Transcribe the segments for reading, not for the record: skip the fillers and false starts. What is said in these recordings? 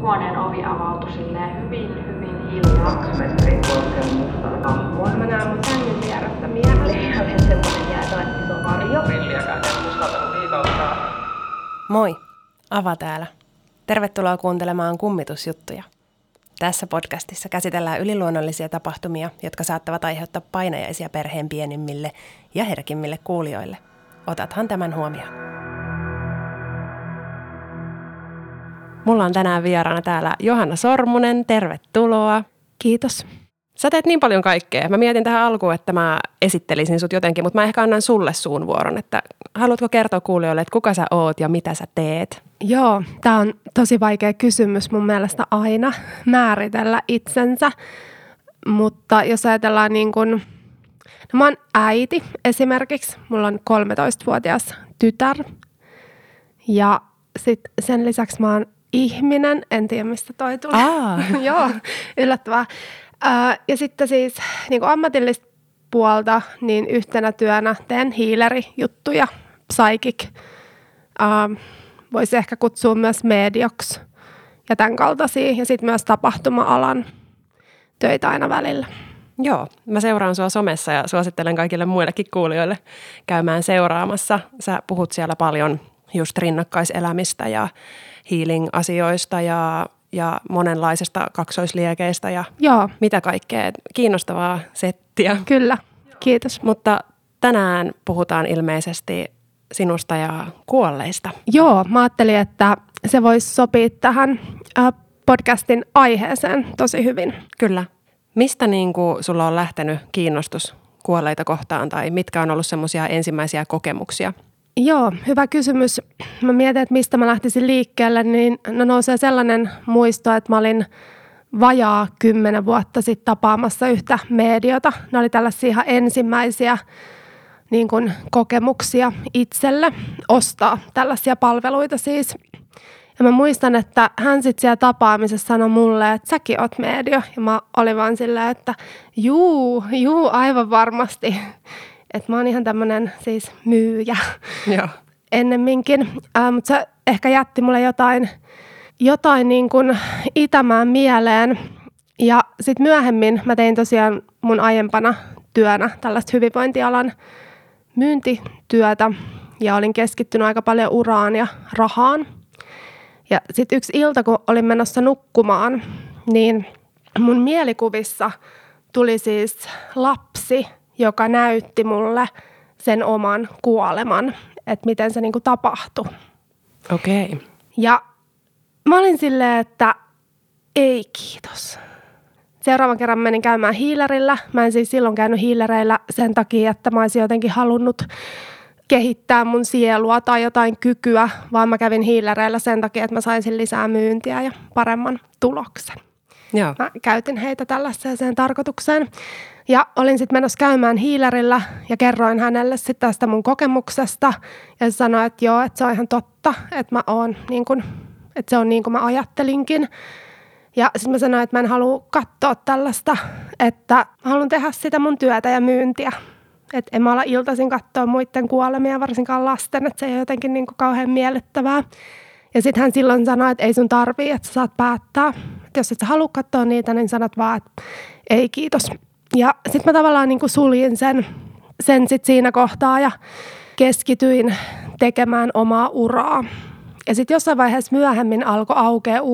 huoneen ovi avautui silleen hyvin hiljaa. 2 metriä korkean mustan hahmon. Mä näen mun sängyn vierestä miehen. Ihan semmoinen jäätävän iso varjo. Villiäkään en uskaltanut viikauttaa. Moi, Ava täällä. Tervetuloa kuuntelemaan kummitusjuttuja. Tässä podcastissa käsitellään yliluonnollisia tapahtumia, jotka saattavat aiheuttaa painajaisia perheen pienimmille ja herkimmille kuulijoille. Otathan tämän huomioon. Mulla on tänään vieraana täällä Johanna Sormunen. Tervetuloa. Kiitos. Sä teet niin paljon kaikkea. Mä mietin tähän alkuun, että mä esittelisin sut jotenkin, mutta mä ehkä annan sulle suun vuoron. Että haluatko kertoa kuulijoille, että kuka sä oot ja mitä sä teet? Joo, tää on tosi vaikea kysymys mun mielestä aina määritellä itsensä. Mutta jos ajatellaan niin kun, no mä oon äiti esimerkiksi. Mulla on 13-vuotias tytär. Ja sit sen lisäksi mä oon ihminen. En tiedä, mistä toi tulee. Joo, yllättävää. Ja sitten siis niin ammatillista puolta, niin yhtenä työnä teen healeri-juttuja, psychic. Voisi ehkä kutsua myös medioksi ja tämän kaltaisia. Ja sitten myös tapahtuma-alan töitä aina välillä. Joo, mä seuraan sua somessa ja suosittelen kaikille muillekin kuulijoille käymään seuraamassa. Sä puhut siellä paljon just rinnakkaiselämistä ja healing-asioista ja monenlaisesta kaksoisliekeistä ja Joo. Mitä kaikkea. Kiinnostavaa settiä. Kyllä, kiitos. Mutta tänään puhutaan ilmeisesti sinusta ja kuolleista. Joo, mä ajattelin, että se voisi sopia tähän podcastin aiheeseen tosi hyvin. Kyllä. Mistä sulla on lähtenyt kiinnostus kuolleita kohtaan tai mitkä on ollut semmoisia ensimmäisiä kokemuksia? Joo, hyvä kysymys. Mä mietin, että mistä mä lähtisin liikkeelle, niin nousee sellainen muisto, että mä olin vajaa 10 vuotta sitten tapaamassa yhtä mediota. Ne oli tällaisia ihan ensimmäisiä niin kuin kokemuksia itselle, ostaa tällaisia palveluita siis. Ja mä muistan, että hän sitten siellä tapaamisessa sanoi mulle, että säkin oot medio. Ja mä olin vaan silleen, että juu, aivan varmasti. Että mä oon ihan tämmönen siis myyjä. Joo. Ennemminkin. Mutta se ehkä jätti mulle jotain niin kuin itämään mieleen. Ja sitten myöhemmin mä tein tosiaan mun aiempana työnä tällaista hyvinvointialan myyntityötä. Ja olin keskittynyt aika paljon uraan ja rahaan. Ja sitten yksi ilta, kun olin menossa nukkumaan, niin mun mielikuvissa tuli siis lapsi, joka näytti mulle sen oman kuoleman, että miten se niinku tapahtui. Okei. Okay. Ja mä olin silleen, että ei kiitos. Seuraavan kerran menin käymään healerillä. Mä en siis silloin käynyt healereillä sen takia, että mä olisin jotenkin halunnut kehittää mun sielua tai jotain kykyä, vaan mä kävin healereillä sen takia, että mä saisin lisää myyntiä ja paremman tuloksen. Joo. Mä käytin heitä tällaiseen tarkoitukseen. Ja olin sitten menossa käymään healerillä ja kerroin hänelle sitten tästä mun kokemuksesta. Ja se sanoi, että joo, että se on ihan totta, että mä oon niin kuin, että se on niin kuin mä ajattelinkin. Ja sitten mä sanoin, että mä en halua katsoa tällaista, että mä haluan tehdä sitä mun työtä ja myyntiä. Että en mä ala iltaisin katsoa muiden kuolemia, varsinkaan lasten, että se ei ole jotenkin niin kuin kauhean miellyttävää. Ja sitten hän silloin sanoi, että ei sun tarvii, että sä saat päättää. Että jos et sä halua katsoa niitä, niin sanot vaan, että ei kiitos. Ja sitten mä tavallaan niin kuin suljin sen sit siinä kohtaa ja keskityin tekemään omaa uraa. Ja sitten jossain vaiheessa myöhemmin alkoi aukea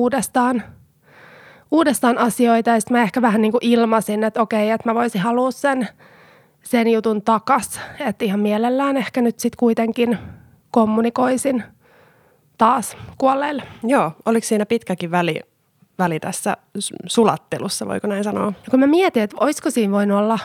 uudestaan asioita. Ja sitten mä ehkä vähän niin kuin ilmasin, että okei, että mä voisin halua sen jutun takas. Että ihan mielellään ehkä nyt sitten kuitenkin kommunikoisin taas kuolleille. Joo, oliko siinä pitkäkin väli tässä sulattelussa, voiko näin sanoa? Ja kun mä mietin, että olisiko siinä voinut olla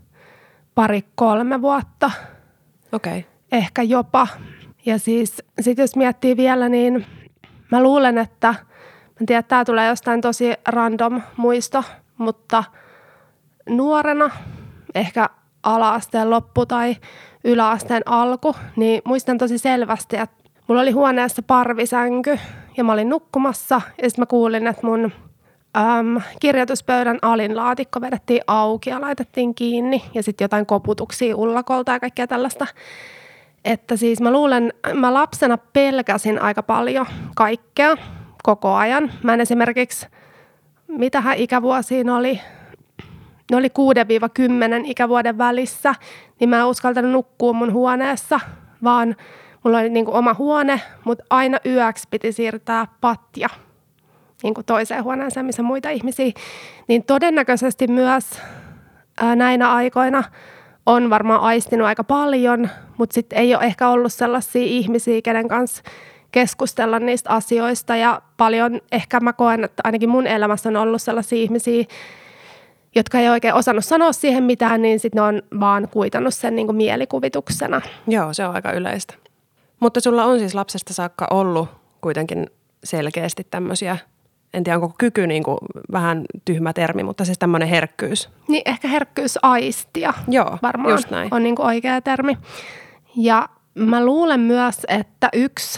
2-3 vuotta. Okei. Okay. Ehkä jopa. Ja siis sit jos miettii vielä, niin mä luulen, että mä tiedän, että tää tulee jostain tosi random muisto, mutta nuorena, ehkä ala-asteen loppu tai yläasteen alku, niin muistan tosi selvästi, että mulla oli huoneessa parvisänky ja mä olin nukkumassa ja sitten mä kuulin, että mun kirjoituspöydän alinlaatikko vedettiin auki ja laitettiin kiinni ja sitten jotain koputuksia ullakolta ja kaikkea tällaista. Että siis mä luulen, mä lapsena pelkäsin aika paljon kaikkea, koko ajan. Mä en esimerkiksi, mitähän ikävuosiin oli, ne oli 6-10 ikävuoden välissä, niin mä en uskaltanut nukkua mun huoneessa, vaan mulla oli niin kuin oma huone, mutta aina yöksi piti siirtää patja niin kuin toiseen huoneeseen, missä muita ihmisiä. Niin todennäköisesti myös näinä aikoina on varmaan aistinut aika paljon, mutta sitten ei ole ehkä ollut sellaisia ihmisiä, kenen kanssa keskustella niistä asioista. Ja paljon ehkä mä koen, että ainakin mun elämässä on ollut sellaisia ihmisiä, jotka ei oikein osannut sanoa siihen mitään, niin sitten ne on vaan kuitannut sen niin kuin mielikuvituksena. Joo, se on aika yleistä. Mutta sulla on siis lapsesta saakka ollut kuitenkin selkeästi tämmöisiä, en tiedä onko kyky niin kuin vähän tyhmä termi, mutta siis tämmöinen herkkyys. Niin ehkä herkkyysaistia. Joo, varmaan just näin. On niin kuin oikea termi. Ja mä luulen myös, että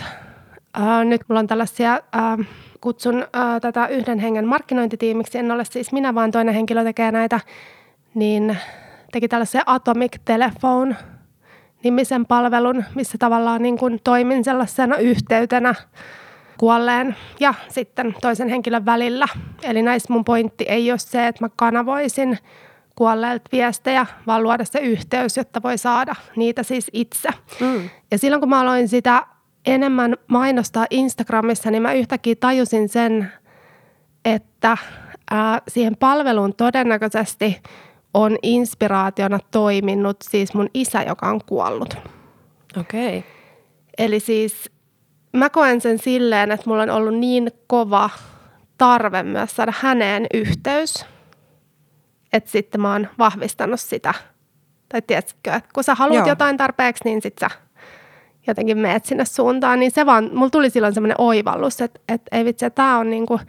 nyt mulla on tällaisia, kutsun tätä yhden hengen markkinointitiimiksi, en ole siis minä, vaan toinen henkilö tekee näitä, niin teki tällaisen Atomic Telephone-nimisen palvelun, missä tavallaan niin kuin toimin sellaisena yhteytenä kuolleen ja sitten toisen henkilön välillä. Eli näissä mun pointti ei ole se, että mä kanavoisin kuolleelta viestejä, vaan luoda se yhteys, jotta voi saada niitä siis itse. Ja silloin kun mä aloin sitä enemmän mainostaa Instagramissa, niin mä yhtäkkiä tajusin sen, että siihen palveluun todennäköisesti on inspiraationa toiminut siis mun isä, joka on kuollut. Okei. Eli siis mä koen sen silleen, että mulla on ollut niin kova tarve myös saada häneen yhteys, että sitten mä oon vahvistanut sitä. Tai tiedätkö, että kun sä haluat jotain tarpeeksi, niin sit sä jotenkin meet sinne suuntaan. Niin se vaan, mulla tuli silloin semmoinen oivallus, että ei vitsi, että tää on niinku,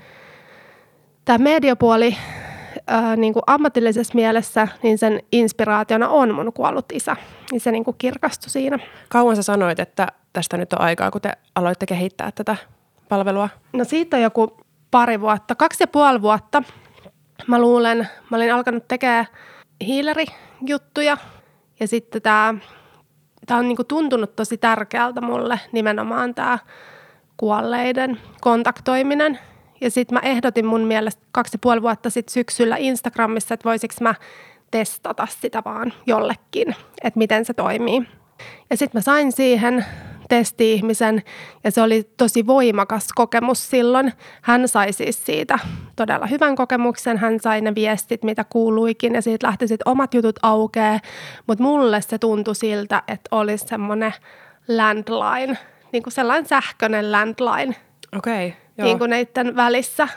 tää mediapuoli niinku ammatillisessa mielessä, niin sen inspiraationa on mun kuollut isä. Niin se niinku kirkastui siinä. Kauan sä sanoit, että tästä nyt on aikaa, kun te aloitte kehittää tätä palvelua? No siitä on joku 2 vuotta, 2,5 vuotta. Mä luulen, mä olin alkanut tekemään healeri-juttuja ja sitten tää on niinku tuntunut tosi tärkeältä mulle nimenomaan tää kuolleiden kontaktoiminen. Ja sitten mä ehdotin mun mielestä 2,5 vuotta sitten syksyllä Instagramissa, että voisiko mä testata sitä vaan jollekin, että miten se toimii. Ja sitten mä sain siihen testi-ihmisen ja se oli tosi voimakas kokemus silloin. Hän sai siis siitä todella hyvän kokemuksen, hän sai ne viestit, mitä kuuluikin ja siitä lähti sitten omat jutut aukeaa, mutta mulle se tuntui siltä, että olisi semmoinen landline, niin kuin sellainen sähköinen landline. Okei, joo. Niin kuin neiden välissä.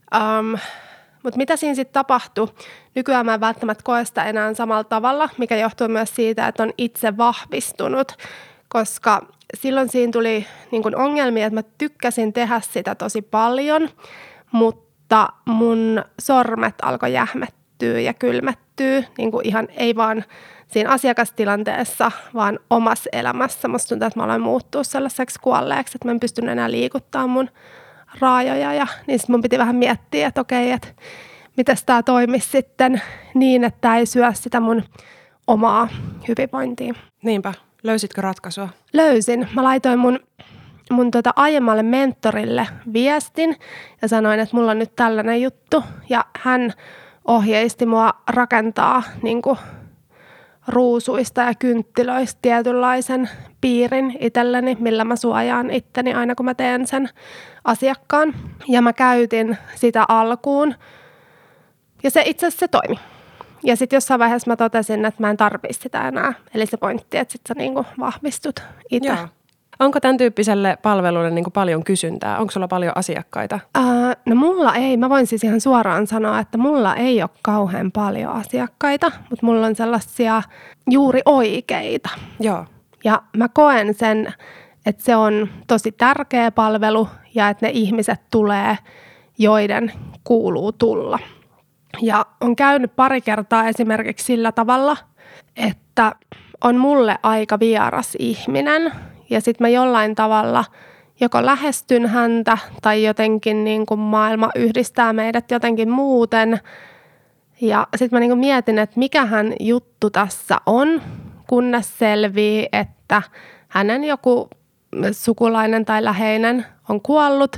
Mutta mitä siinä sitten tapahtui? Nykyään mä en välttämättä koe sitä enää samalla tavalla, mikä johtuu myös siitä, että on itse vahvistunut, koska silloin siinä tuli niin kuin ongelmia, että mä tykkäsin tehdä sitä tosi paljon, mutta mun sormet alkoi jähmettyä ja kylmettyä, niin kuin ihan ei vaan siinä asiakastilanteessa, vaan omassa elämässä. Musta tuntuu, että mä aloin muuttua sellaiseksi kuolleeksi, että mä en pystynyt enää liikuttamaan mun raajoja ja niin mun piti vähän miettiä, että okei, että miten tämä toimisi sitten niin, että tämä ei syö sitä mun omaa hyvinvointia. Niinpä. Löysitkö ratkaisua? Löysin. Mä laitoin mun aiemmalle mentorille viestin ja sanoin, että mulla on nyt tällainen juttu ja hän ohjeisti mua rakentaa niin kuin ruusuista ja kynttilöistä tietynlaisen piirin itselleni, millä mä suojaan itteni aina, kun mä teen sen asiakkaan. Ja mä käytin sitä alkuun ja se itse asiassa se toimi. Ja sitten jossain vaiheessa mä totesin, että mä en tarvitse sitä enää. Eli se pointti, että sit sä niinku vahvistut itse. Joo. Onko tämän tyyppiselle palvelulle niinku paljon kysyntää? Onko sulla paljon asiakkaita? No mulla ei. Mä voin siis ihan suoraan sanoa, että mulla ei ole kauhean paljon asiakkaita, mutta mulla on sellaisia juuri oikeita. Joo. Ja mä koen sen, että se on tosi tärkeä palvelu ja että ne ihmiset tulee, joiden kuuluu tulla. Ja on käynyt pari kertaa esimerkiksi sillä tavalla, että on mulle aika vieras ihminen ja sitten mä jollain tavalla joko lähestyn häntä tai jotenkin niin kuin maailma yhdistää meidät jotenkin muuten. Ja sitten mä niin kuin mietin, että mikähän juttu tässä on, kunnes selvii, että hänen joku sukulainen tai läheinen on kuollut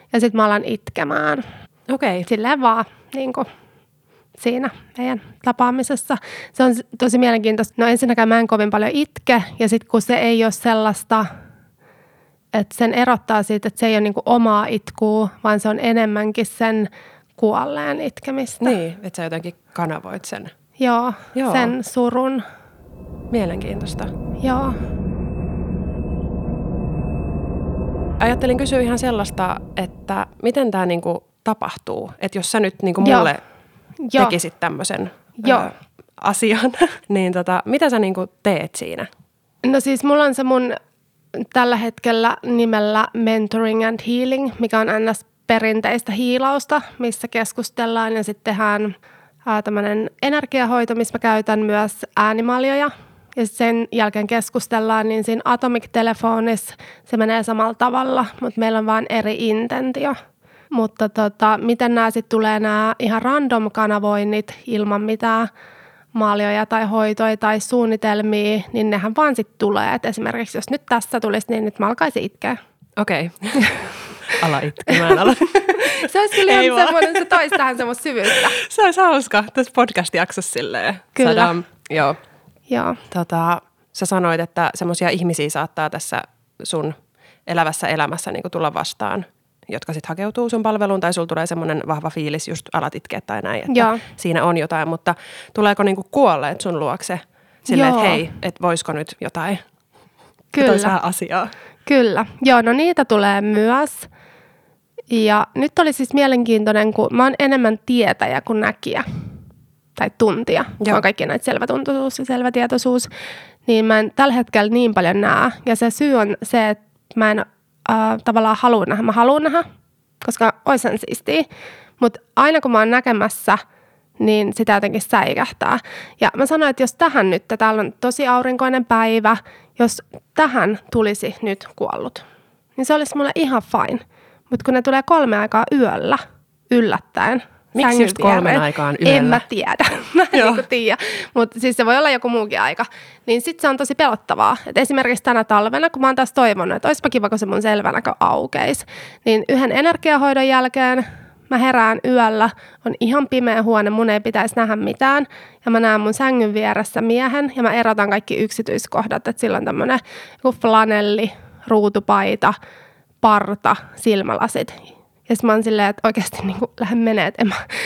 Ja sitten mä alan itkemään. Okei. Silleen vaan niin kuin siinä meidän tapaamisessa. Se on tosi mielenkiintoista. No ensinnäkään mä en kovin paljon itke. Ja sitten kun se ei ole sellaista, että sen erottaa siitä, että se ei ole niin kuin omaa itkua, vaan se on enemmänkin sen kuolleen itkemistä. Niin, että sä jotenkin kanavoit sen. Joo, Joo. sen surun. Mielenkiintoista. Joo. Ajattelin kysyä ihan sellaista, että miten tämä niinku tapahtuu. Että jos sä nyt niinku mulle Joo. tekisit tämmöisen Joo. asian, niin mitä sä niinku teet siinä? No siis mulla on se mun tällä hetkellä nimellä Mentoring and Healing, mikä on ns. Perinteistä hiilausta, missä keskustellaan ja sitten tehdään tämmöinen energiahoito, missä mä käytän myös äänimaljoja. Ja sen jälkeen keskustellaan, niin siinä Atomic-telefonissa se menee samalla tavalla, mutta meillä on vaan eri intentio. Mutta miten nämä sitten tulee nämä ihan random kanavoinnit ilman mitään maljoja tai hoitoja tai suunnitelmia, niin nehän vaan sitten tulee. Et esimerkiksi jos nyt tässä tulisi, niin nyt mä alkaisin itkeä. Okei. Ala itkemään. Se olisi kyllä Ei ihan vaan. semmoinen, se toisi tähän semmoista syvyyttä. Se olisi hauska tässä podcast-jaksossa silleen. Kyllä. Joo. Joo. Sä sanoit, että semmoisia ihmisiä saattaa tässä sun elävässä elämässä niin tulla vastaan, jotka sitten hakeutuu sun palveluun tai sulla tulee semmoinen vahva fiilis, just alat itkeä tai näin, että Joo. siinä on jotain, mutta tuleeko niinku kuolleet sun luokse silleen, että Joo. hei, että voisiko nyt jotain, Kyllä. toisi vähän asiaa? Kyllä. Joo, no niitä tulee myös. Ja nyt oli siis mielenkiintoinen, kun mä oon enemmän tietäjä kuin näkijä tai tuntija. Mä oon kaikki näitä selvätuntoisuus ja selvätietoisuus. Niin mä en tällä hetkellä niin paljon näe. Ja se syy on se, että mä en tavallaan halua nähdä. Mä haluan nähdä, koska ois sen siistiä. Mutta aina kun mä oon näkemässä, niin sitä jotenkin säikähtää. Ja mä sanoin, että jos tähän nyt, täällä on tosi aurinkoinen päivä, jos tähän tulisi nyt kuollut, niin se olisi mulle ihan fine. Mutta kun ne tulee 3 aikaa yöllä, yllättäen. Miksi just 3 aikaan yöllä? En mä tiedä. Mä en niinku tiedä. Mutta siis se voi olla joku muukin aika. Niin sit se on tosi pelottavaa. Et esimerkiksi tänä talvena, kun mä oon taas toivonut, että olisipa kiva, kun se mun selvänäkö aukeisi. Niin yhden energiahoidon jälkeen mä herään yöllä, on ihan pimeä huone, mun ei pitäisi nähdä mitään. Ja mä näen mun sängyn vieressä miehen ja mä erotan kaikki yksityiskohdat. Että sillä on tämmönen flanelli, ruutupaita, parta, silmälasit. Ja sitten mä oon silleen, että oikeasti niin lähden menee, että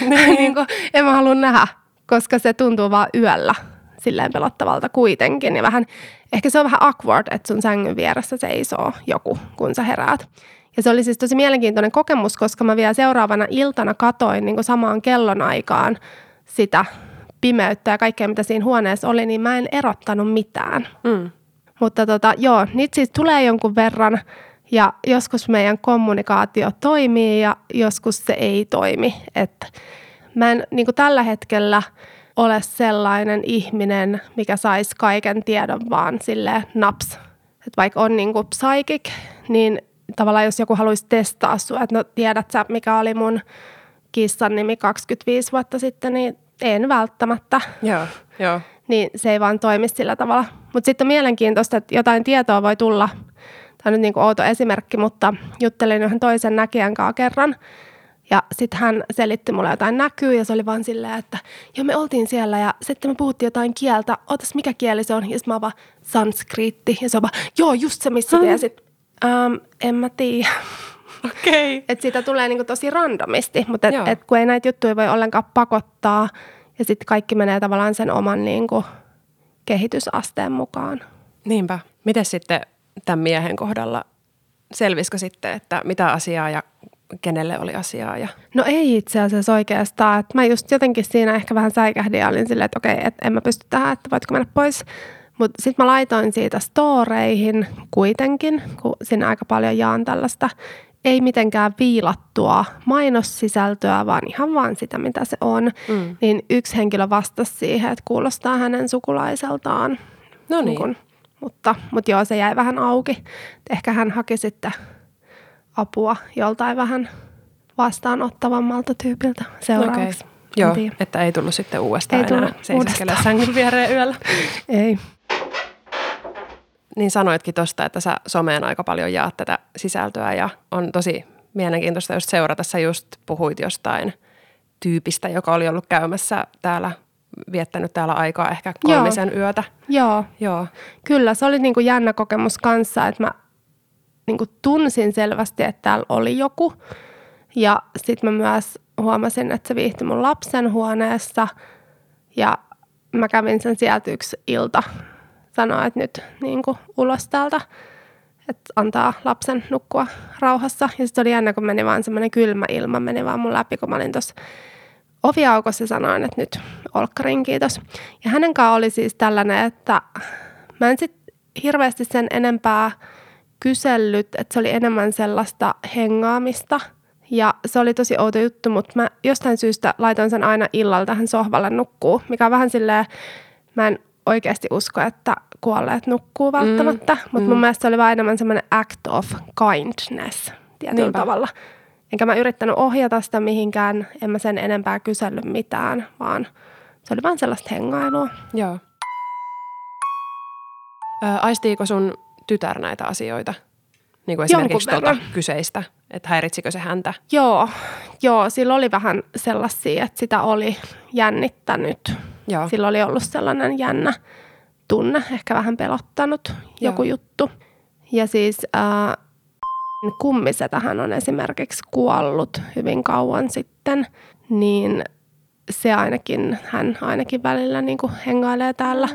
en mä halua nähdä, koska se tuntuu vaan yöllä silleen pelottavalta kuitenkin. Ja vähän, ehkä se on vähän awkward, että sun sängyn vieressä seisoo joku, kun sä heräät. Ja se oli siis tosi mielenkiintoinen kokemus, koska mä vielä seuraavana iltana katoin niin samaan kellonaikaan sitä pimeyttä ja kaikkea, mitä siinä huoneessa oli, niin mä en erottanut mitään. Mutta joo, niitä siis tulee jonkun verran. Ja joskus meidän kommunikaatio toimii ja joskus se ei toimi. Että mä en niin kuin tällä hetkellä ole sellainen ihminen, mikä saisi kaiken tiedon vaan silleen naps. Että vaikka on niin kuin psychic, niin tavallaan jos joku haluaisi testaa sua, että no tiedät sä mikä oli mun kissan nimi 25 vuotta sitten, niin en välttämättä. Joo. Niin se ei vaan toimi sillä tavalla. Mutta sitten on mielenkiintoista, että jotain tietoa voi tulla. Tämä on nyt niin kuin outo esimerkki, mutta juttelin yhden toisen näkijän kanssa kerran. Ja sitten hän selitti mulle jotain näkyy ja se oli vaan silleen, että joo me oltiin siellä ja sitten me puhuttiin jotain kieltä. Ootas mikä kieli se on? Ja sitten mä oon vaan sanskriitti. Ja se on vaan, joo just se missä tiesit. En mä tiedä. Okei. Että siitä tulee niin kuin tosi randomisti, mutta Joo. et kun ei näitä juttuja voi ollenkaan pakottaa. Ja sitten kaikki menee tavallaan sen oman niin kuin kehitysasteen mukaan. Niinpä. Miten sitten tämän miehen kohdalla selvisikö sitten, että mitä asiaa ja kenelle oli asiaa? Ja... No ei itse asiassa oikeastaan. Että mä just jotenkin siinä ehkä vähän säikähdin ja olin silleen, että okei, että en mä pysty tähän, että voitko mennä pois. Mutta sitten mä laitoin siitä storeihin kuitenkin, kun sinne aika paljon jaan tällaista. Ei mitenkään viilattua mainossisältöä, vaan ihan vaan sitä, mitä se on. Niin yksi henkilö vastasi siihen, että kuulostaa hänen sukulaiseltaan. No niin. Mutta joo, se jäi vähän auki. Ehkä hän haki sitten apua joltain vähän vastaanottavammalta tyypiltä seuraavaksi. Okay. Joo, että ei tullut sitten uudestaan ei enää seisoskele sängyn viereen yöllä. Ei. Niin sanoitkin tuosta, että sä someen aika paljon jaat tätä sisältöä ja on tosi mielenkiintoista just seurata. Sä just puhuit jostain tyypistä, joka oli ollut käymässä täällä, viettänyt täällä aikaa ehkä 3 yötä. Joo. Kyllä, se oli niinku jännä kokemus kanssa, että mä niinku tunsin selvästi, että täällä oli joku. Ja sitten mä myös huomasin, että se viihtyi mun lapsen huoneessa. Ja mä kävin sen sieltä yksi ilta sanoa, että nyt niinku ulos täältä, että antaa lapsen nukkua rauhassa. Ja sitten oli jännä, kun meni vaan semmoinen kylmä ilma, meni vaan mun läpi, kun mä olin tuossa oviaukossa ja sanoin, että nyt olkkariin kiitos. Ja hänen kanssaan oli siis tällainen, että mä en sitten hirveästi sen enempää kysellyt, että se oli enemmän sellaista hengaamista. Ja se oli tosi outo juttu, mutta mä jostain syystä laitoin sen aina illalla tähän sohvalle nukkuu, mikä on vähän silleen, mä en oikeasti usko, että kuolleet nukkuu välttämättä, mutta mun mielestä se oli vaan enemmän semmoinen act of kindness tietyllä tavalla. Enkä mä yrittänyt ohjata sitä mihinkään, en mä sen enempää kysellyt mitään, vaan se oli vaan sellaista hengailua. Joo. Aistiiko sun tytär näitä asioita? Niin kuin esimerkiksi kyseistä, että häiritsikö se häntä? Joo, sillä oli vähän sellaisia, että sitä oli jännittänyt. Joo. Sillä oli ollut sellainen jännä tunne, ehkä vähän pelottanut joku juttu. Ja siis kummisetähän on esimerkiksi kuollut hyvin kauan sitten, niin hän ainakin välillä niin kuin hengailee täällä.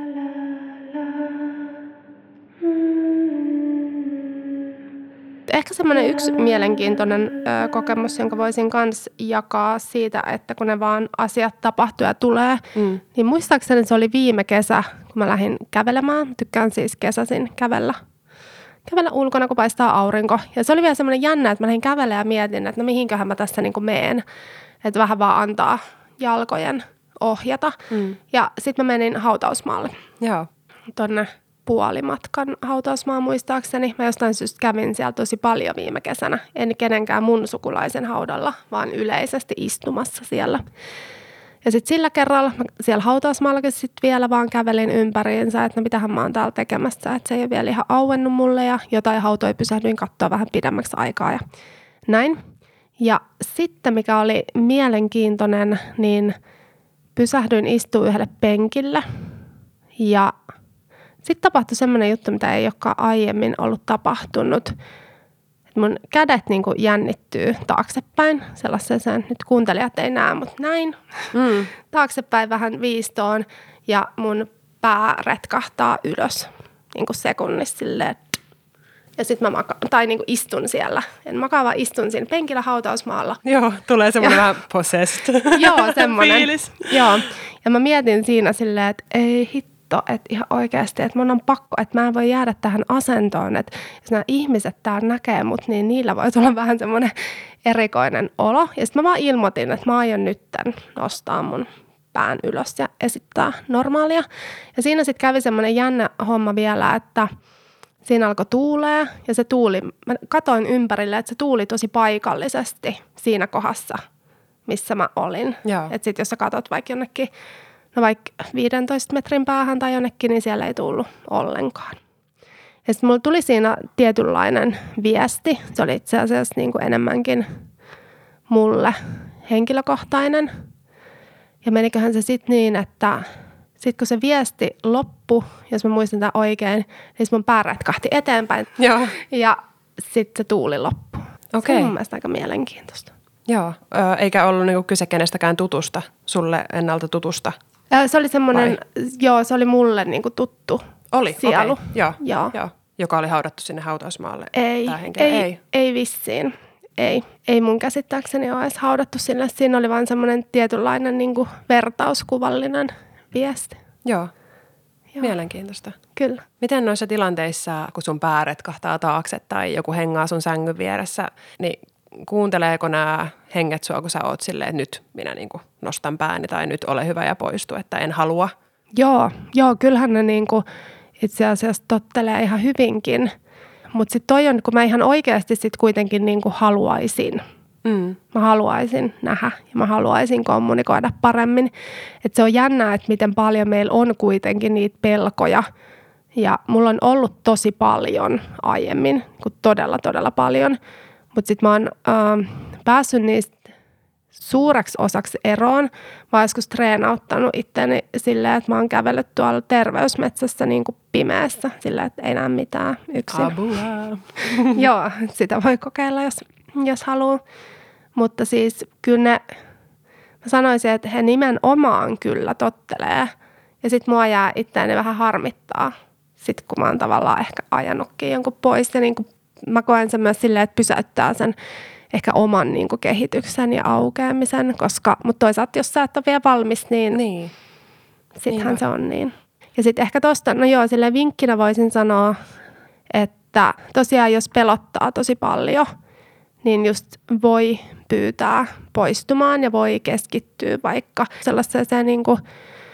Ehkä semmoinen yksi mielenkiintoinen kokemus, jonka voisin myös jakaa siitä, että kun ne vaan asiat tapahtuu ja tulee, niin muistaakseni se oli viime kesä, kun mä lähdin kävelemään. Tykkään siis kesäisin kävellä ulkona, kun paistaa aurinko. Ja se oli vielä semmoinen jännä, että mä lähdin kävelemään ja mietin, että no mihinköhän mä tässä niin kuin meen. Että vähän vaan antaa jalkojen ohjata. Ja sitten mä menin hautausmaalle. Joo. Tonne puolimatkan hautausmaan muistaakseni. Mä jostain syystä kävin siellä tosi paljon viime kesänä. En kenenkään mun sukulaisen haudalla, vaan yleisesti istumassa siellä. Ja sitten sillä kerralla siellä hautausmaallakin sitten vielä vaan kävelin ympäriinsä, että no mitähän mä oon täällä tekemässä. Että se ei ole vielä ihan auennut mulle ja jotain hautoja pysähdyin katsoa vähän pidemmäksi aikaa ja näin. Ja sitten mikä oli mielenkiintoinen, niin pysähdyin istumaan yhdelle penkille ja sitten tapahtui semmoinen juttu, mitä ei olekaan aiemmin ollut tapahtunut. Et mun kädet niinku jännittyy taaksepäin, sellaiseen, nyt kuuntelijat ei näe, mutta näin. Taaksepäin vähän viistoon ja mun pää retkahtaa ylös niinku sekunnissa silleen. Ja sitten mä niinku istun siellä. En makaa, vaan istun siinä penkillä hautausmaalla. Joo, tulee semmoinen vähän possessed fiilis. Joo, ja mä mietin siinä silleen, että ei hitto. Että ihan oikeasti, että mun on pakko, että mä en voi jäädä tähän asentoon, että jos nämä ihmiset täällä näkee mut, niin niillä voi tulla vähän semmoinen erikoinen olo. Ja sitten mä vaan ilmoitin, että mä aion nytten nostaa mun pään ylös ja esittää normaalia. Ja siinä sitten kävi semmoinen jännä homma vielä, että siinä alkoi tuulee ja se tuuli, mä katoin ympärille, että se tuuli tosi paikallisesti siinä kohdassa, missä mä olin. Että sitten jos sä katot vaikka jonnekin, no vaikka 15 metrin päähän tai jonnekin, niin siellä ei tullut ollenkaan. Ja sitten mulla tuli siinä tietynlainen viesti. Se oli itse asiassa niin kuin enemmänkin mulle henkilökohtainen. Ja meniköhän se sitten niin, että sitten kun se viesti loppui, jos mä muistan tämän oikein, niin mun pää retkahti eteenpäin. Joo. Ja sitten se tuuli loppui. Okei. Se on mun mielestä aika mielenkiintoista. Joo, eikä ollut niinku kyse kenestäkään tutusta, sulle ennalta tutusta? Se oli semmoinen, joo, se oli mulle niinku tuttu sielu. Okay. Joo. Joka oli haudattu sinne hautausmaalle. Ei vissiin. Ei mun käsittääkseni ole edes haudattu sinne. Siinä oli vaan semmoinen tietynlainen niinku vertauskuvallinen viesti. Joo. Mielenkiintoista. Kyllä. Miten noissa tilanteissa, kun sun pää retkahtaa taakse tai joku hengaa sun sängyn vieressä, niin kuunteleeko nämä henget sua, kun sä oot silleen, että nyt minä niin kuin nostan pääni tai nyt ole hyvä ja poistu, että en halua? Joo, kyllähän ne niin kuin itse asiassa tottelee ihan hyvinkin. Mutta sitten toi on, kun mä ihan oikeasti sitten kuitenkin niin kuin haluaisin. Mä haluaisin nähdä ja mä haluaisin kommunikoida paremmin. Että se on jännää, että miten paljon meillä on kuitenkin niitä pelkoja. Ja mulla on ollut tosi paljon aiemmin, todella paljon. Mutta sitten mä oon päässyt niistä suureksi osaksi eroon. Mä oon joskus treenauttanut itteni silleen, että mä oon kävellyt tuolla terveysmetsässä niin kuin pimeässä, silleen, että ei näe mitään yksin. Joo, sitä voi kokeilla, jos haluaa. Mutta siis kyllä mä sanoisin, että he nimenomaan kyllä tottelee. Ja sitten mua jää itseäni vähän harmittaa, sit kun mä oon tavallaan ehkä ajanutkin jonkun pois. Ja niin kuin mä koen sen myös silleen, että pysäyttää sen ehkä oman niin kuin kehityksen ja aukeamisen, mutta toisaalta jos sä et ole vielä valmis, niin. Sittenhän se on niin. Ja sitten ehkä tosta, no joo, silleen vinkkinä voisin sanoa, että tosiaan jos pelottaa tosi paljon, niin just voi pyytää poistumaan ja voi keskittyä vaikka sellaiseen niin kuin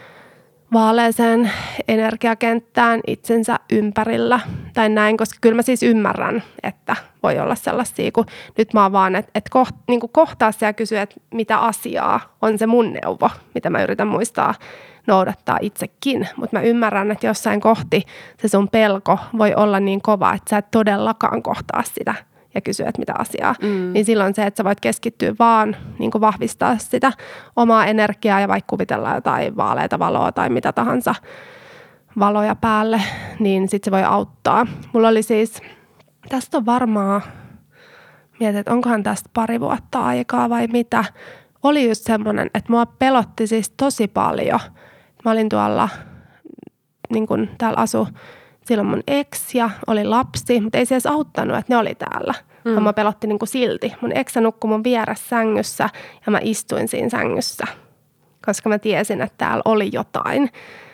vaaleeseen energiakenttään itsensä ympärillä tai näin, koska kyllä mä siis ymmärrän, että voi olla sellaisia, kun nyt mä oon vaan, että niin kuin kohtaa se ja kysyä, että mitä asiaa on se mun neuvo, mitä mä yritän muistaa noudattaa itsekin, mutta mä ymmärrän, että jossain kohti se sun pelko voi olla niin kova, että sä et todellakaan kohtaa sitä ja kysyä, että mitä asiaa, niin silloin se, että sä voit keskittyä vaan niin kuin vahvistaa sitä omaa energiaa ja vaikka kuvitella jotain vaaleita valoa tai mitä tahansa valoja päälle, niin sitten se voi auttaa. Mulla oli siis, tästä on varmaan, mietin, että onkohan tästä pari vuotta aikaa vai mitä, oli just semmoinen, että mua pelotti siis tosi paljon. Mä olin tuolla, niin kuin täällä asui silloin mun ex ja oli lapsi, mutta ei se edes auttanut, että ne oli täällä. Vaan mä pelotti niin kuin silti. Mun eksä nukkui mun vieressä sängyssä ja mä istuin siinä sängyssä, koska mä tiesin, että täällä oli jotain.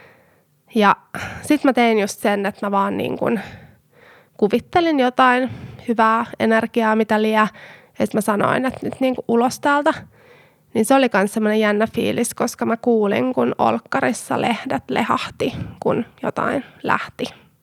Ja sit mä tein just sen, että mä vaan niin kuin kuvittelin jotain hyvää energiaa, mitä liian. Ja sit mä sanoin, että nyt niin kuin ulos täältä. Niin se oli myös semmoinen jännä fiilis, koska mä kuulin, kun olkkarissa lehdet lehahti, kun jotain lähti.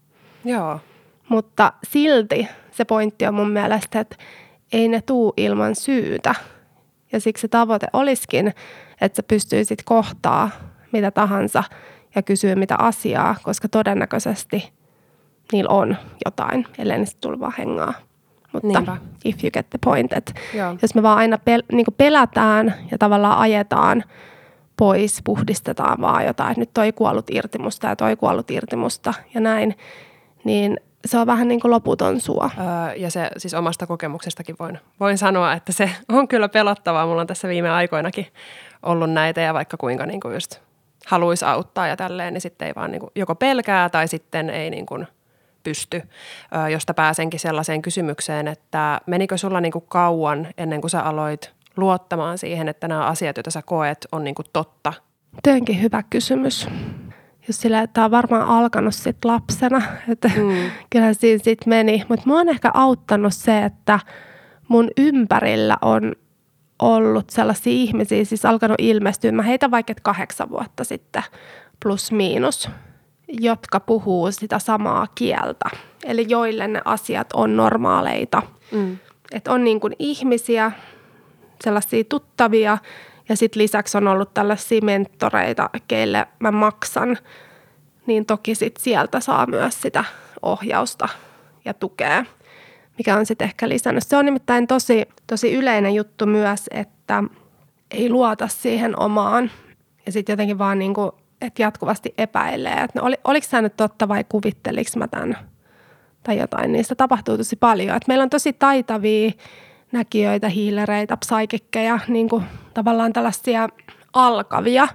Joo. Mutta silti se pointti on mun mielestä, että ei ne tuu ilman syytä. Ja siksi se tavoite olisikin, että sä pystyisit kohtaa mitä tahansa ja kysyä mitä asiaa, koska todennäköisesti niillä on jotain, ellei niistä tule vaan hengaa. Mutta niinpä. If you get the point, että jos me vaan aina niin kuin pelätään ja tavallaan ajetaan pois, puhdistetaan vaan jotain, että nyt toi kuollut irti musta ja toi kuollut irti musta ja näin, niin se on vähän niin kuin loputon suo. Ja se siis omasta kokemuksestakin voin sanoa, että se on kyllä pelottavaa. Mulla on tässä viime aikoinakin ollut näitä ja vaikka kuinka niin kuin just haluaisi auttaa ja tälleen, niin sitten ei vaan niin kuin joko pelkää tai sitten ei niin kuin pysty, josta pääsenkin sellaiseen kysymykseen, että menikö sulla niin kuin kauan ennen kuin sä aloit luottamaan siihen, että nämä asiat, joita sä koet, on niin kuin totta? Tämä onkin hyvä kysymys. Jos sillä, että tämä on varmaan alkanut sitten lapsena, että kyllähän siinä sitten meni. Mutta mua on ehkä auttanut se, että mun ympärillä on ollut sellaisia ihmisiä, siis alkanut ilmestyä. Mä heitän vaikka 8 vuotta sitten plus miinus, jotka puhuu sitä samaa kieltä. Eli joille ne asiat on normaaleita. Että on niin kuin ihmisiä, sellaisia tuttavia ja sitten lisäksi on ollut tällaisia mentoreita, keille mä maksan. Niin toki sitten sieltä saa myös sitä ohjausta ja tukea, mikä on sitten ehkä lisännyt. Se on nimittäin tosi yleinen juttu myös, että ei luota siihen omaan ja sitten jotenkin vaan niin kuin, että jatkuvasti epäilee, että no, oliko tämä nyt totta vai kuvitteliko mä tämän tai jotain. Niistä tapahtuu tosi paljon. Et meillä on tosi taitavia näkijöitä, hiilereitä, psykikkeja, niin kuin tavallaan tällaisia alkavia.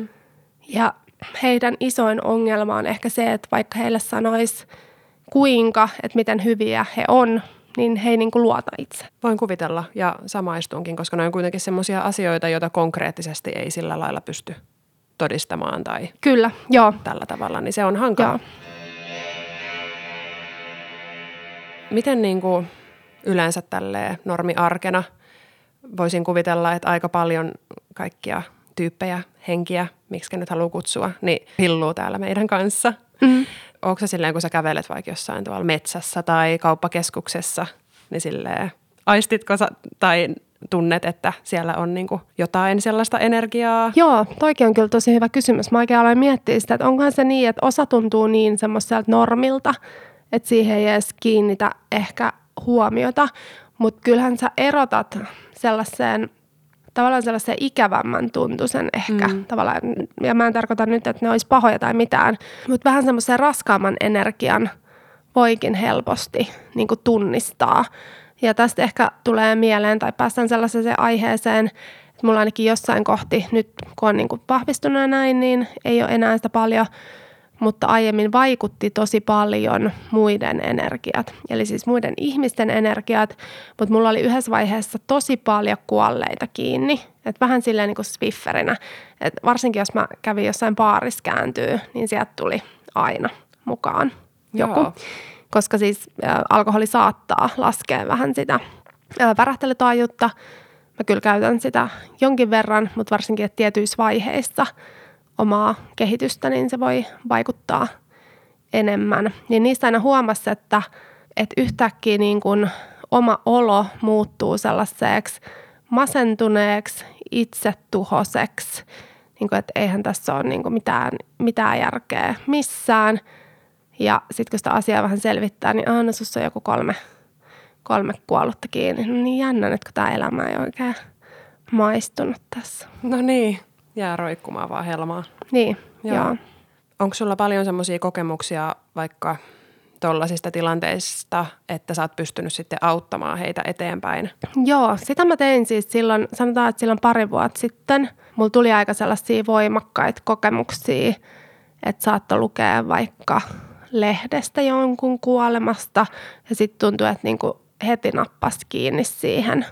Ja heidän isoin ongelma on ehkä se, että vaikka heille sanoisi kuinka, että miten hyviä he on, niin he ei niin kuin luota itse. Voin kuvitella ja samaistunkin, koska ne on kuitenkin semmoisia asioita, joita konkreettisesti ei sillä lailla pysty todistamaan tai kyllä, joo. Tällä tavalla, niin se on hankala. Joo. Miten niin kuin yleensä tälleen normiarkena voisin kuvitella, että aika paljon kaikkia tyyppejä, henkiä, miksi nyt haluaa kutsua, niin hilluu täällä meidän kanssa. Onko se silleen, kun sä kävelet vaikka jossain tuolla metsässä tai kauppakeskuksessa, niin silleen aistitko sä tai tunnet, että siellä on niinku jotain sellaista energiaa? Joo, toikin on kyllä tosi hyvä kysymys. Mä oikein aloin miettiä sitä, että onkohan se niin, että osa tuntuu niin semmoiselta normilta, että siihen ei edes kiinnitä ehkä huomiota. Mutta kyllähän sä erotat tavallaan sellaisen ikävämmän tuntuisen ehkä tavallaan. Ja mä en tarkoita nyt, että ne olisi pahoja tai mitään, mutta vähän semmoisen raskaamman energian voikin helposti niin kuin tunnistaa. Ja tästä ehkä tulee mieleen tai päästään sellaiseen aiheeseen, että mulla ainakin jossain kohti, nyt kun on niin kuin vahvistunut ja näin, niin ei ole enää sitä paljon, mutta aiemmin vaikutti tosi paljon muiden energiat. Eli siis muiden ihmisten energiat, mutta mulla oli yhdessä vaiheessa tosi paljon kuolleita kiinni. Että vähän silleen niin kuin Swifferinä. Että varsinkin jos mä kävin jossain baarissa kääntyy, niin sieltä tuli aina mukaan joku. Joo. Koska siis alkoholi saattaa laskea vähän sitä värähtelytaajuutta. Mä kyllä käytän sitä jonkin verran, mutta varsinkin että tietyissä vaiheissa omaa kehitystä, niin se voi vaikuttaa enemmän. Niin niistä aina huomasi, että yhtäkkiä niin kuin oma olo muuttuu sellaiseksi masentuneeksi, itsetuhoiseksi. Niin kuin, että eihän tässä ole niin kuin mitään järkeä missään. Ja sitten kun sitä asiaa vähän selvittää, niin no sussa on joku kolme kuollutta kiinni. No niin jännä nyt, kun tämä elämä ei oikein maistunut tässä. No niin, jää roikkumaan vaan helmaa. Niin, joo. Onko sulla paljon semmoisia kokemuksia vaikka tollaisista tilanteista, että sä oot pystynyt sitten auttamaan heitä eteenpäin? Joo, sitä mä tein siis silloin, sanotaan, että silloin 2 vuotta sitten. Mulla tuli aika sellaisia voimakkaita kokemuksia, että saattoi lukea vaikka lehdestä jonkun kuolemasta ja sitten tuntui, että niinku heti nappasi kiinni siihen.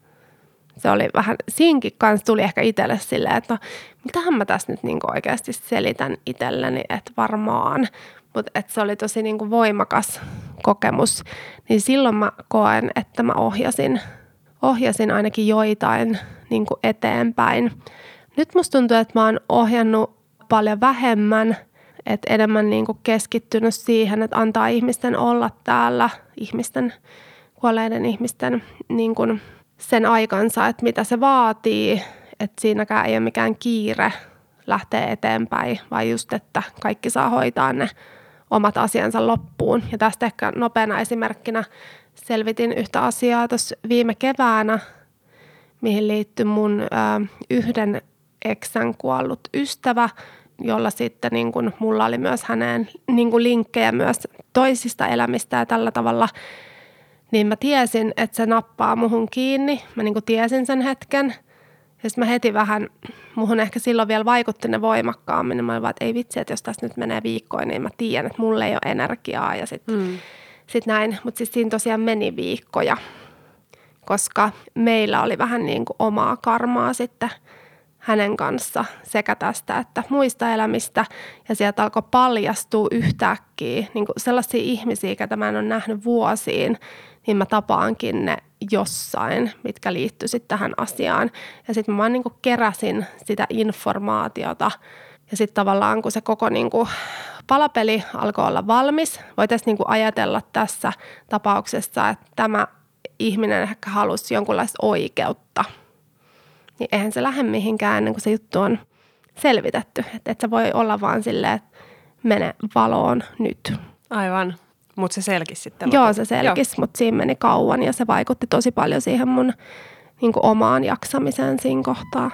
Se oli vähän, siinkin kanssa tuli ehkä itselle silleen, että no, mitähän mä tässä nyt niinku oikeasti selitän itselleni, että varmaan. Mutta se oli tosi niinku voimakas kokemus. Niin silloin mä koen, että mä ohjasin ainakin joitain niinku eteenpäin. Nyt musta tuntuu, että mä oon ohjannut paljon vähemmän, että enemmän niinku keskittynyt siihen, että antaa ihmisten olla täällä, kuolleiden ihmisten niinku sen aikansa, että mitä se vaatii, että siinäkään ei ole mikään kiire lähteä eteenpäin, vaan just, että kaikki saa hoitaa ne omat asiansa loppuun. Ja tästä ehkä nopeana esimerkkinä selvitin yhtä asiaa tuossa viime keväänä, mihin liittyi mun yhden eksän kuollut ystävä, jolla sitten niin kun mulla oli myös häneen niin kun linkkejä myös toisista elämistä ja tällä tavalla. Niin mä tiesin, että se nappaa muhun kiinni. Mä niin kun tiesin sen hetken. Ja sitten mä heti vähän, muhun ehkä silloin vielä vaikutti ne voimakkaammin. Mä olin vaan, että ei vitsi, että jos tässä nyt menee viikkoin, niin mä tiedän, että mulla ei ole energiaa. Ja sitten sit näin. Mutta siis siinä tosiaan meni viikkoja, koska meillä oli vähän niin kuin omaa karmaa sitten hänen kanssa sekä tästä että muista elämistä. Ja sieltä alkoi paljastua yhtäkkiä niin kuin sellaisia ihmisiä, ketä mä en ole nähnyt vuosiin, niin mä tapaankin ne jossain, mitkä liittyi sitten tähän asiaan. Ja sitten mä vaan niin kuin keräsin sitä informaatiota. Ja sitten tavallaan kun se koko niin kuin palapeli alkoi olla valmis, voitaisiin niin kuin ajatella tässä tapauksessa, että tämä ihminen ehkä halusi jonkunlaista oikeutta. Niin eihän se lähde mihinkään ennen kuin se juttu on selvitetty. Että et se voi olla vaan silleen, että mene valoon nyt. Aivan, mutta se selkisi sitten. Joo, se selkisi, mutta siinä meni kauan ja se vaikutti tosi paljon siihen mun niin kuin omaan jaksamiseen siinä kohtaa.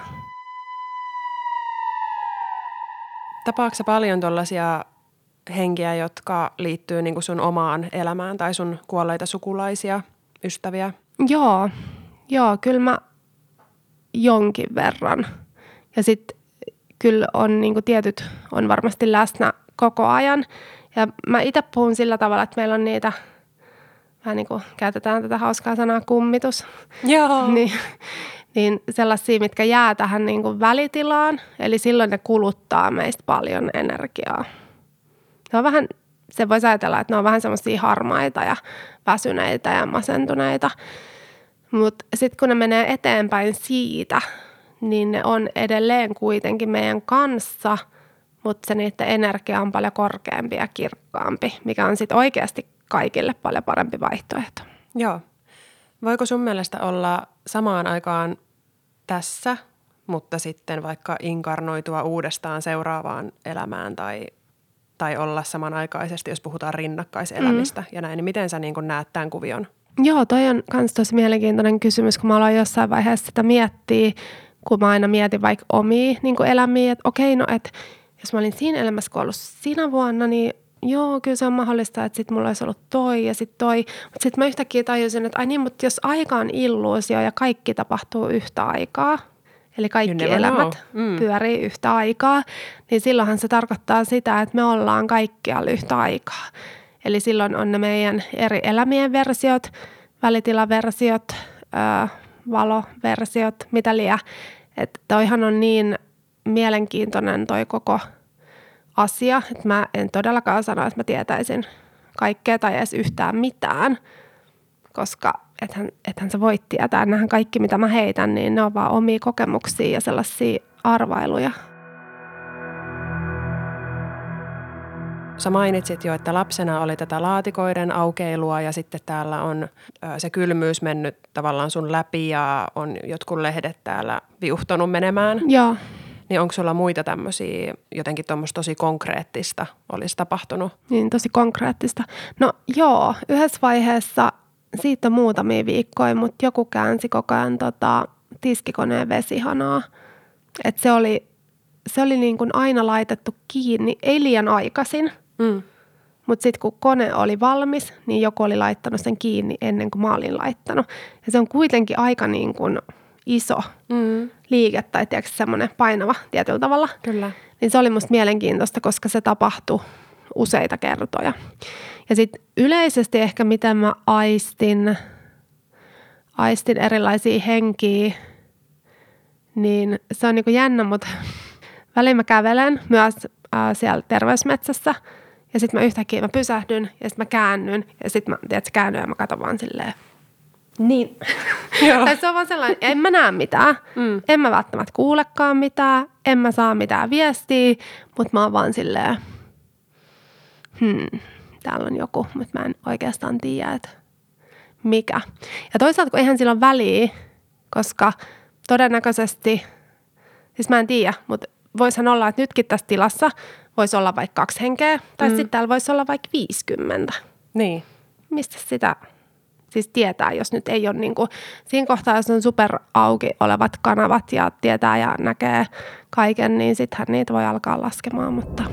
Tapaatko sä paljon tollaisia henkiä, jotka liittyy niin kuin sun omaan elämään tai sun kuolleita sukulaisia, ystäviä? Joo, kyllä mä jonkin verran. Ja sitten kyllä on niin kuin tietyt on varmasti läsnä koko ajan. Ja mä itse puhun sillä tavalla, että meillä on niitä, vähän niin kuin käytetään tätä hauskaa sanaa kummitus. Joo. niin sellaisia, mitkä jää tähän niin kuin välitilaan. Eli silloin ne kuluttaa meistä paljon energiaa. Ne on vähän, se voisi ajatella, että ne on vähän semmoisia harmaita ja väsyneitä ja masentuneita. Mutta sitten kun ne menee eteenpäin siitä, niin ne on edelleen kuitenkin meidän kanssa, mutta se niiden energia on paljon korkeampi ja kirkkaampi, mikä on sitten oikeasti kaikille paljon parempi vaihtoehto. Joo. Voiko sun mielestä olla samaan aikaan tässä, mutta sitten vaikka inkarnoitua uudestaan seuraavaan elämään tai olla samanaikaisesti, jos puhutaan rinnakkaiselämistä ja näin, niin miten sä niin kun näet tämän kuvion? Joo, toi on myös tosi mielenkiintoinen kysymys, kun mä aloin jossain vaiheessa sitä miettiä, kun mä aina mietin vaikka omia niin kuin elämiä, että okei, no että jos mä olin siinä elämässä kuollut sinä vuonna, niin joo, kyllä se on mahdollista, että sitten mulla olisi ollut toi ja sitten toi. Mutta sitten mä yhtäkkiä tajusin, että ai niin, mutta jos aika on illuusio ja kaikki tapahtuu yhtä aikaa, eli kaikki elämät pyörii yhtä aikaa, niin silloinhan se tarkoittaa sitä, että me ollaan kaikkialla yhtä aikaa. Eli silloin on ne meidän eri elämien versiot, välitilaversiot, valoversiot, mitä liian. Että toihan on niin mielenkiintoinen toi koko asia, että mä en todellakaan sano, että mä tietäisin kaikkea tai edes yhtään mitään, koska ethän sä voit tietää. Nämähän kaikki, mitä mä heitän, niin ne on vaan omia kokemuksia ja sellaisia arvailuja. Sä mainitsit jo, että lapsena oli tätä laatikoiden aukeilua ja sitten täällä on se kylmyys mennyt tavallaan sun läpi ja on jotkut lehdet täällä viuhtonut menemään. Joo. Niin onko sulla muita tämmöisiä, jotenkin tuommoista tosi konkreettista olisi tapahtunut? Niin, tosi konkreettista. No joo, yhdessä vaiheessa, siitä on muutamia viikkoja, mutta joku käänsi koko ajan tiskikoneen vesihanaa. Et se oli niin kuin aina laitettu kiinni, ei liian aikaisin, mutta sitten kun kone oli valmis, niin joku oli laittanut sen kiinni ennen kuin mä olin laittanut. Ja se on kuitenkin aika niin kuin iso liike tai tiedätkö semmoinen painava tietyllä tavalla. Kyllä. Niin se oli musta mielenkiintoista, koska se tapahtui useita kertoja. Ja sitten yleisesti ehkä miten mä aistin erilaisia henkiä, niin se on niinku jännä, mutta väliin mä kävelen myös siellä terveysmetsässä ja sitten mä yhtäkkiä pysähdyn ja sitten mä käännyn ja sitten mä käännyn ja mä katson vaan silleen. Niin. Tai se on vaan sellainen, en mä näe mitään, en mä välttämättä kuulekaan mitään, en mä saa mitään viestiä, mutta mä oon vaan silleen, täällä on joku, mutta mä en oikeastaan tiedä, että mikä. Ja toisaalta kun eihän sillä ole väliä, koska todennäköisesti, siis mä en tiedä, mutta voisihan olla, että nytkin tässä tilassa voisi olla vaikka 2 henkeä, tai sitten täällä voisi olla vaikka 50. Niin. Mistä sitä siis tietää, jos nyt ei ole niin kuin, siinä kohtaa, jos on super auki olevat kanavat ja tietää ja näkee kaiken, niin sittenhän niitä voi alkaa laskemaan, mutta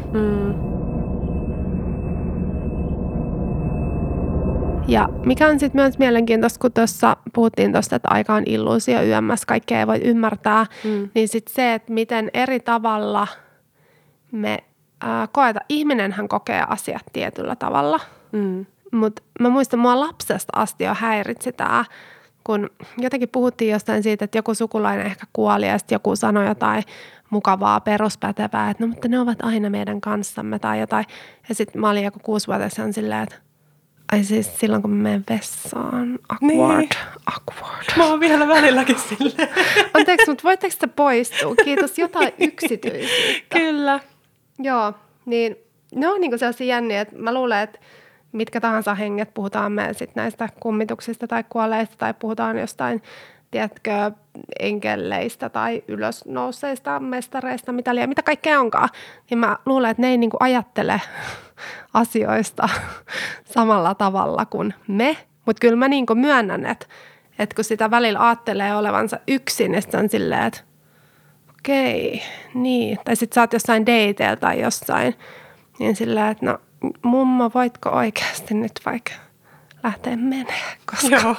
Ja mikä on sitten myös mielenkiintoista, kun tuossa puhuttiin tuosta, että aika on illuusio yömmässä, kaikkea ei voi ymmärtää, niin sitten se, että miten eri tavalla me ihminenhän kokee asiat tietyllä tavalla. Mutta mä muistan, mua lapsesta asti jo häiritsi tämä, kun jotenkin puhuttiin jostain siitä, että joku sukulainen ehkä kuoli ja sitten joku sanoi jotain mukavaa, peruspätevää, että no mutta ne ovat aina meidän kanssamme tai jotain. Ja sitten mä olin joku 6-vuotias silleen, että ai siis silloin kun mä menen vessaan, awkward. Mä oon vielä välilläkin silleen. Anteeksi, mutta voitteko sitä poistua? Kiitos, jotain yksityisyyttä. Kyllä. Joo, niin ne on niinku sellaisia jänniä, että mä luulen, että mitkä tahansa henget, puhutaan me sitten näistä kummituksista tai kuolleista tai puhutaan jostain, tiedätkö, enkelleistä tai ylösnouseista mestareista, mitä kaikkea onkaan. Niin mä luulen, että ne ei niinku ajattele asioista samalla tavalla kuin me. Mutta kyllä mä niinku myönnän, että kun sitä välillä ajattelee olevansa yksin, niin sitten on silleen, että okei, niin. Tai sitten sä oot jossain dateilla tai jossain, niin silleen, että no mummo, voitko oikeasti nyt vaikka lähteä menemään? Koska... Joo.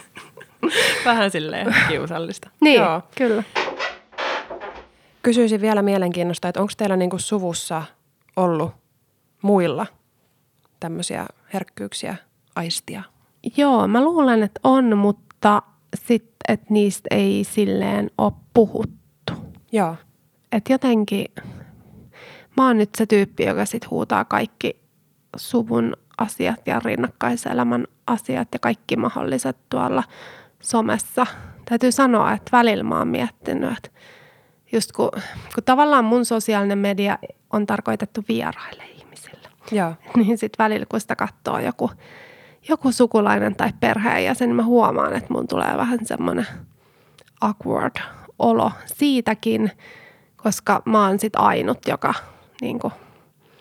Vähän silleen kiusallista. Niin, joo. Kyllä. Kysyisin vielä mielenkiinnosta, että onko teillä niinku suvussa ollut muilla tämmöisiä herkkyyksiä, aistia? Joo, mä luulen, että on, mutta sitten, että niistä ei silleen ole puhuttu. Joo. Että jotenkin, mä oon nyt se tyyppi, joka sit huutaa kaikki suvun asiat ja rinnakkaiselämän asiat ja kaikki mahdolliset tuolla somessa. Täytyy sanoa, että välillä mä oon miettinyt, että just kun tavallaan mun sosiaalinen media on tarkoitettu vieraille ihmisille. Joo. Niin sitten välillä, kun sitä katsoo joku sukulainen tai perheenjäsen, niin mä huomaan, että mun tulee vähän semmoinen awkward olo siitäkin, koska mä oon sit ainut, joka niinku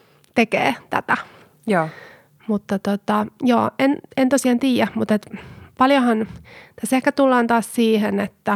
tekee tätä. Joo. Mutta joo, en tosiaan tiedä, mutta paljonhan, tässä ehkä tullaan taas siihen, että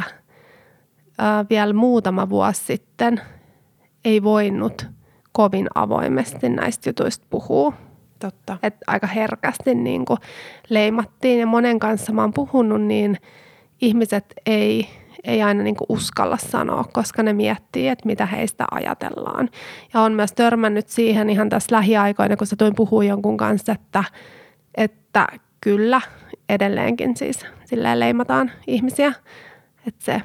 vielä muutama vuosi sitten ei voinut kovin avoimesti näistä jutuista puhua. Totta. Että aika herkästi niin kuin leimattiin ja monen kanssa mä oon puhunut, niin ihmiset ei aina niin kuin uskalla sanoa, koska ne miettii, että mitä heistä ajatellaan. Ja on myös törmännyt siihen ihan tässä lähiaikoina, kun sä tuin puhua jonkun kanssa, että kyllä edelleenkin siis silleen leimataan ihmisiä. Että se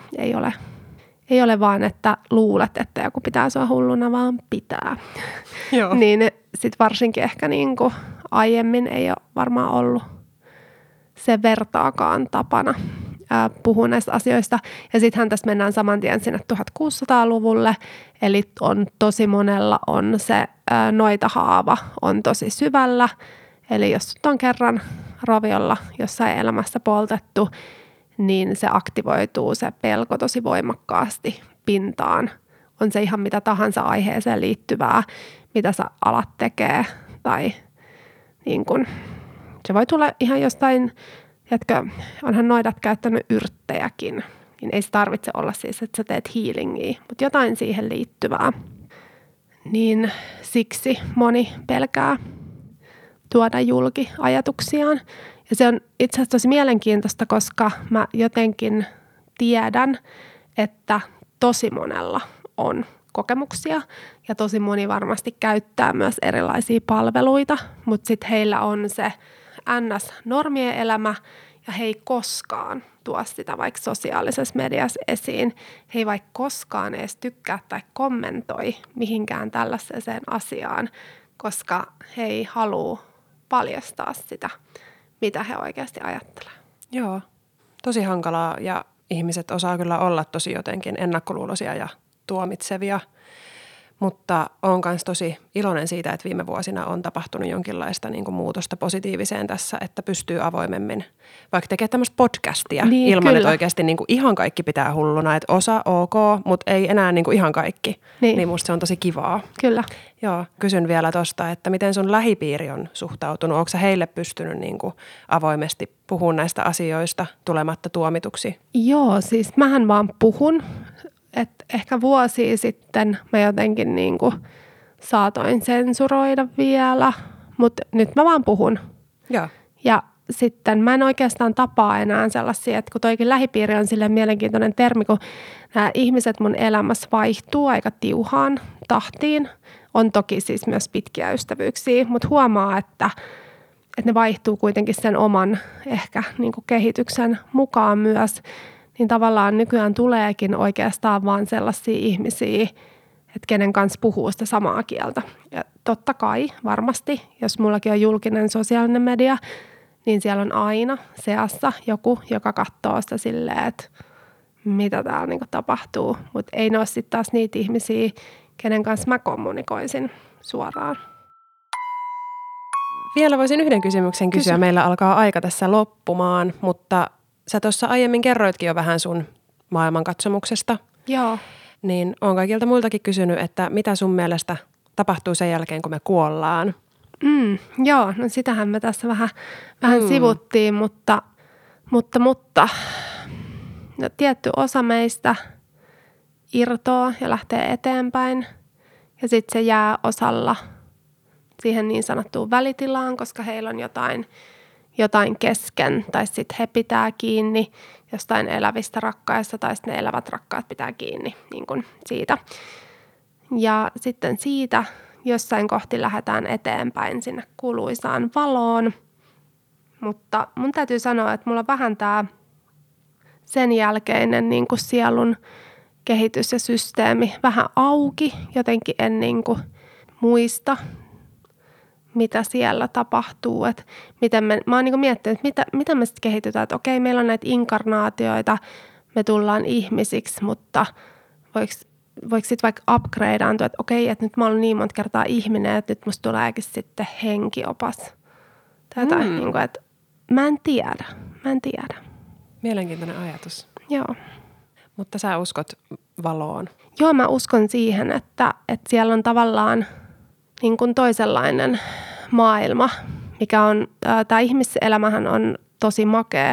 ei ole vaan, että luulet, että joku pitää sua hulluna, vaan pitää. Joo. Niin sitten varsinkin ehkä niin kuin aiemmin ei ole varmaan ollut se vertaakaan tapana puhua näistä asioista. Ja sittenhän tässä mennään saman tien sinne 1600-luvulle, eli on tosi monella on se noitahaava on tosi syvällä. Eli jos sut on kerran roviolla jossain elämässä poltettu, niin se aktivoituu se pelko tosi voimakkaasti pintaan. On se ihan mitä tahansa aiheeseen liittyvää, mitä sä alat tekee. Tai niin kun, se voi tulla ihan jostain, tiedätkö, onhan noidat käyttänyt yrttejäkin. Niin ei se tarvitse olla siis, että sä teet healingia, mutta jotain siihen liittyvää. Niin siksi moni pelkää tuoda julki ajatuksiaan. Ja se on itse asiassa tosi mielenkiintoista, koska mä jotenkin tiedän, että tosi monella on kokemuksia ja tosi moni varmasti käyttää myös erilaisia palveluita, mutta sitten heillä on se NS-normien elämä ja he ei koskaan tuo sitä vaikka sosiaalisessa mediassa esiin. He ei vaikka koskaan edes tykkää tai kommentoi mihinkään tällaiseen asiaan, koska he ei halua paljastaa sitä, mitä he oikeasti ajattelee. Joo, tosi hankalaa ja ihmiset osaa kyllä olla tosi jotenkin ennakkoluuloisia ja tuomitsevia, mutta olen myös tosi iloinen siitä, että viime vuosina on tapahtunut jonkinlaista niin kuin muutosta positiiviseen tässä, että pystyy avoimemmin vaikka tekemään tämmöistä podcastia niin, ilman, kyllä. että oikeasti niin kuin ihan kaikki pitää hulluna, että osa ok, mutta ei enää niin kuin ihan kaikki. Niin musta se on tosi kivaa. Kyllä. Joo, kysyn vielä tosta, että miten sun lähipiiri on suhtautunut? Onko sä heille pystynyt niin kuin avoimesti puhumaan näistä asioista tulematta tuomituksi? Joo, siis mähän vaan puhun. Että ehkä vuosia sitten mä jotenkin niin kuin saatoin sensuroida vielä, mutta nyt mä vaan puhun. Joo. Ja sitten mä en oikeastaan tapaa enää sellaisia, että kun toikin lähipiiri on silleen mielenkiintoinen termi, kun nämä ihmiset mun elämässä vaihtuu aika tiuhaan tahtiin. On toki siis myös pitkiä ystävyyksiä, mutta huomaa, että ne vaihtuu kuitenkin sen oman ehkä niin kuin kehityksen mukaan myös. Niin tavallaan nykyään tuleekin oikeastaan vaan sellaisia ihmisiä, että kenen kanssa puhuu sitä samaa kieltä. Ja totta kai varmasti, jos mullakin on julkinen sosiaalinen media, niin siellä on aina seassa joku, joka katsoo sitä silleen, että mitä täällä niinku tapahtuu. Mutta ei ne ole sitten taas niitä ihmisiä, kenen kanssa mä kommunikoisin suoraan. Vielä voisin yhden kysymyksen kysyä. Meillä alkaa aika tässä loppumaan, mutta sä tuossa aiemmin kerroitkin jo vähän sun maailmankatsomuksesta. Joo. Niin oon kaikilta muiltakin kysynyt, että mitä sun mielestä tapahtuu sen jälkeen, kun me kuollaan? Joo, no sitähän me tässä vähän sivuttiin, mutta no, tietty osa meistä irtoaa ja lähtee eteenpäin ja sitten se jää osalla siihen niin sanottuun välitilaan, koska heillä on jotain kesken tai sitten he pitää kiinni jostain elävistä rakkaista tai sitten ne elävät rakkaat pitää kiinni niin kuin siitä. Ja sitten siitä jossain kohti lähdetään eteenpäin sinne kuuluisaan valoon, mutta mun täytyy sanoa, että mulla on vähän tämä sen jälkeinen niin kuin sielun kehitys ja systeemi vähän auki, jotenkin en niin kuin muista, mitä siellä tapahtuu, että miten mä oon niin kuin miettinyt, että miten me sitten kehitytään, että okei, meillä on näitä inkarnaatioita, me tullaan ihmisiksi, mutta voiko sitten vaikka upgradeantua, että okei, että nyt mä oon niin monta kertaa ihminen, että nyt musta tuleekin sitten henkiopas. Tai jotain, niin kuin, että mä en tiedä. Mielenkiintoinen ajatus. Joo. Mutta sä uskot valoon. Joo, mä uskon siihen, että siellä on tavallaan niin kuin toisenlainen maailma, mikä on, tämä ihmiselämähän on tosi makea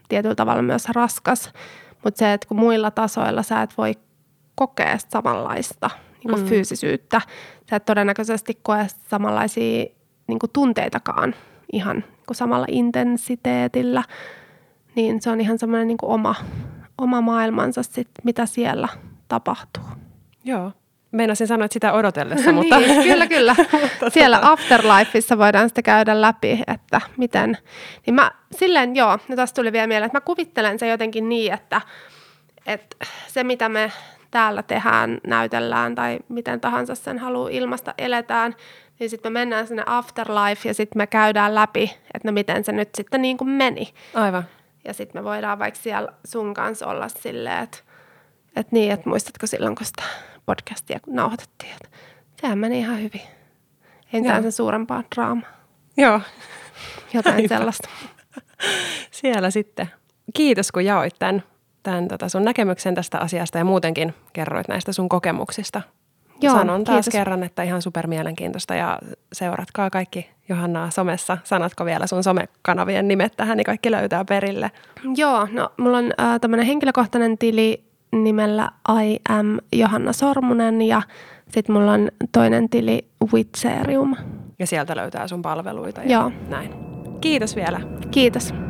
tietyllä tavalla myös raskas. Mutta se, että kun muilla tasoilla sä et voi kokea samanlaista niin kuin fyysisyyttä, sä et todennäköisesti koe samanlaisia niin kuin tunteitakaan ihan niin kuin samalla intensiteetillä, niin se on ihan semmoinen niin kuin oma maailmansa sit, mitä siellä tapahtuu. Joo. Meinasin sanoa, että sitä odotellessa, mutta... niin, kyllä. Siellä Afterlifeissa voidaan sitten käydä läpi, että miten... Niin mä silleen, no tästä tuli vielä mieleen, että mä kuvittelen se jotenkin niin, että se mitä me täällä tehdään, näytellään tai miten tahansa sen haluaa ilmasta eletään, niin sitten me mennään sinne Afterlife ja sitten me käydään läpi, että no miten se nyt sitten niin kuin meni. Aivan. Ja sitten me voidaan vaikka siellä sun kanssa olla silleen, että muistatko silloin, kun sitä podcastia nauhoitettiin, että sehän meni ihan hyvin. Ei mitään sen suurempaa draamaa. Joo. Jotain sellaista. Siellä sitten. Kiitos, kun jaoit tämän sun näkemyksen tästä asiasta ja muutenkin kerroit näistä sun kokemuksista. Joo, sanon taas kiitos. kerran, että ihan supermielenkiintoista ja seuratkaa kaikki Johannaa somessa. Sanotko vielä sun somekanavien nimet tähän, niin kaikki löytää perille? Joo, no mulla on tämmöinen henkilökohtainen tili nimellä I am Johanna Sormunen ja sitten mulla on toinen tili Witserium. Ja sieltä löytää sun palveluita ja Joo. näin. Kiitos vielä. Kiitos.